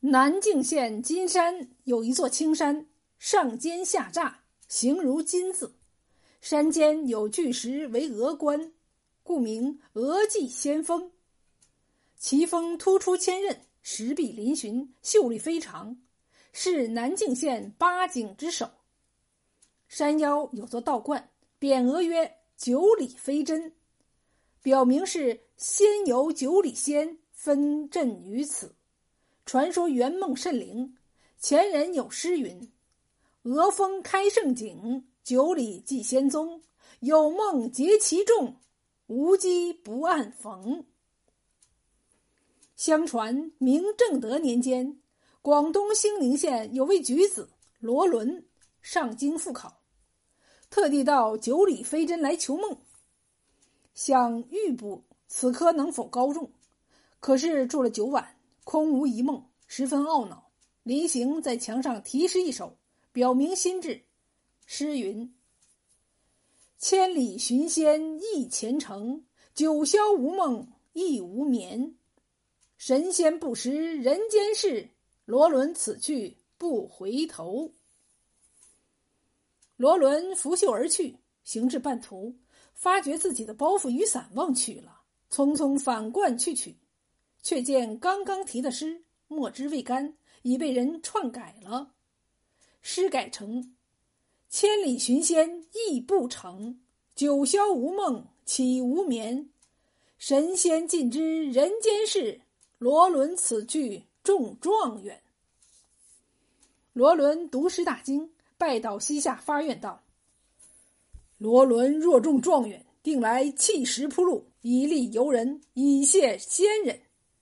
南靖县金山有一座青山，上尖下乍，形如金字。山间有巨石为峨冠，故名峨际仙峰。奇峰突出千仞，石壁嶙峋，秀丽非常，是南靖县8景之首。山腰有座道观，匾额曰九里飞针，表明是仙游九里仙分镇于此。传说圆梦甚灵，前人有诗云：峨峰开胜景，九里祭仙踪，有梦结其众，无机不暗逢。相传明正德年间，广东兴宁县有位举子罗伦上京赴考，特地到九里飞针来求梦，想预卜此科能否高中。可是住了9晚，空无一梦，十分懊恼。临行在墙上题诗一首，表明心志。诗云：千里寻仙忆前程，九霄无梦亦无眠。神仙不识人间事，罗伦此去不回头。罗伦拂袖而去，行至半途，发觉自己的包袱雨伞忘去了，匆匆反冠去取，却见刚刚题的诗墨汁未干，已被人篡改了。诗改成：千里寻仙亦不成，九霄无梦岂无眠。神仙尽知人间事，罗伦此去中状元。罗伦读诗大惊，拜倒膝下发愿道：罗伦若中状元，定来弃石铺路，以利游人，以谢先人。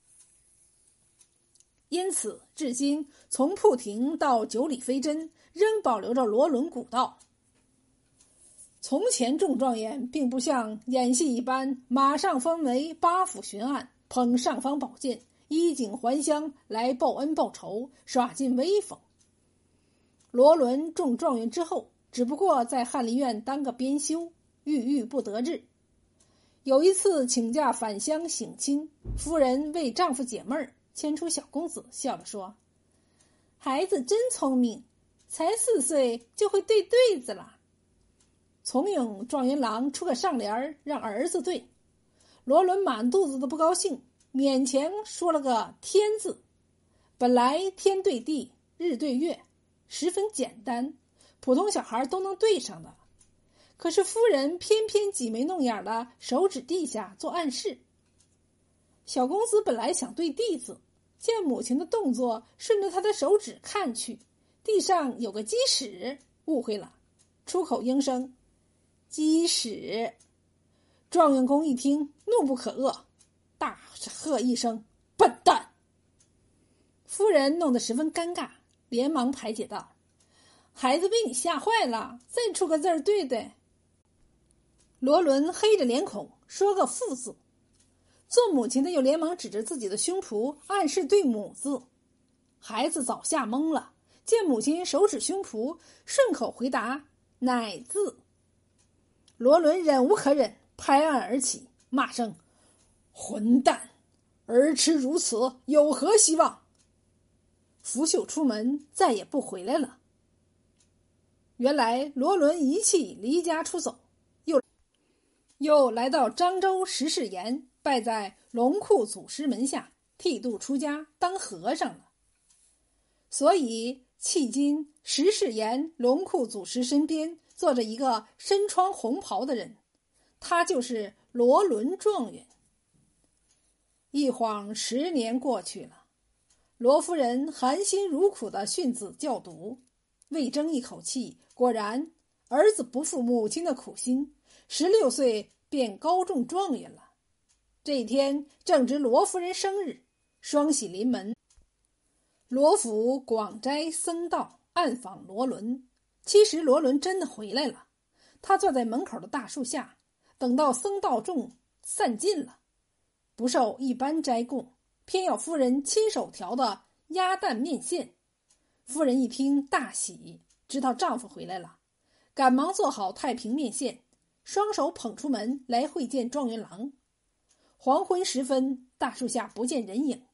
因此至今从铺亭到九里飞针仍保留着罗伦古道。从前中状元并不像演戏一般，马上分为8府巡案，捧尚方宝剑，衣锦还乡来报恩报仇，耍尽威风。罗伦中状元之后，只不过在翰林院当个编修，郁郁不得志。有一次请假返乡省亲，夫人为丈夫解闷儿，牵出小公子，笑着说：孩子真聪明，才4岁就会对对子了。从允状元郎出个上联让儿子对，罗伦满肚子的不高兴，勉强说了个天字。本来天对地，日对月，十分简单，普通小孩都能对上的。可是夫人偏偏挤眉弄眼的手指地下做暗示。小公子本来想对地字，见母亲的动作，顺着他的手指看去，地上有个鸡屎，误会了，出口应声鸡屎。状元公一听，怒不可遏，大喝一声笨蛋。夫人弄得十分尴尬，连忙排解道：孩子被你吓坏了，再出个字儿对对。罗伦黑着脸孔说个父字，做母亲的又连忙指着自己的胸脯暗示对母字。孩子早吓懵了，见母亲手指胸脯，顺口回答乃字。罗伦忍无可忍，拍案而起，骂声混蛋，儿痴如此，有何希望？拂袖出门，再也不回来了。原来罗伦一气离家出走，又来到漳州石室岩，拜在龙库祖师门下，剃度出家当和尚了。所以迄今石室岩龙库祖师身边坐着一个身穿红袍的人，他就是罗伦状元。一晃10年过去了，罗夫人含辛茹苦地训子教读，未争一口气，果然儿子不负母亲的苦心，16岁便高中状元了。这一天正值罗夫人生日，双喜临门。罗府广斋僧道暗访罗伦，其实罗伦真的回来了。他坐在门口的大树下，等到僧道众散尽了，不受一般斋供，偏要夫人亲手调的鸭蛋面线。夫人一听大喜，知道丈夫回来了，赶忙做好太平面线，双手捧出门来会见状元郎。黄昏时分，大树下不见人影，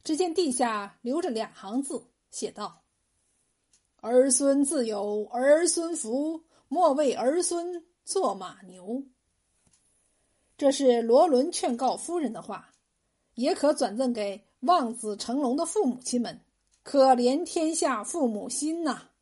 只见地下留着2行字，写道：儿孙自有儿孙福，莫为儿孙做马牛。这是罗伦劝告夫人的话，也可转赠给望子成龙的父母亲们，可怜天下父母心呐。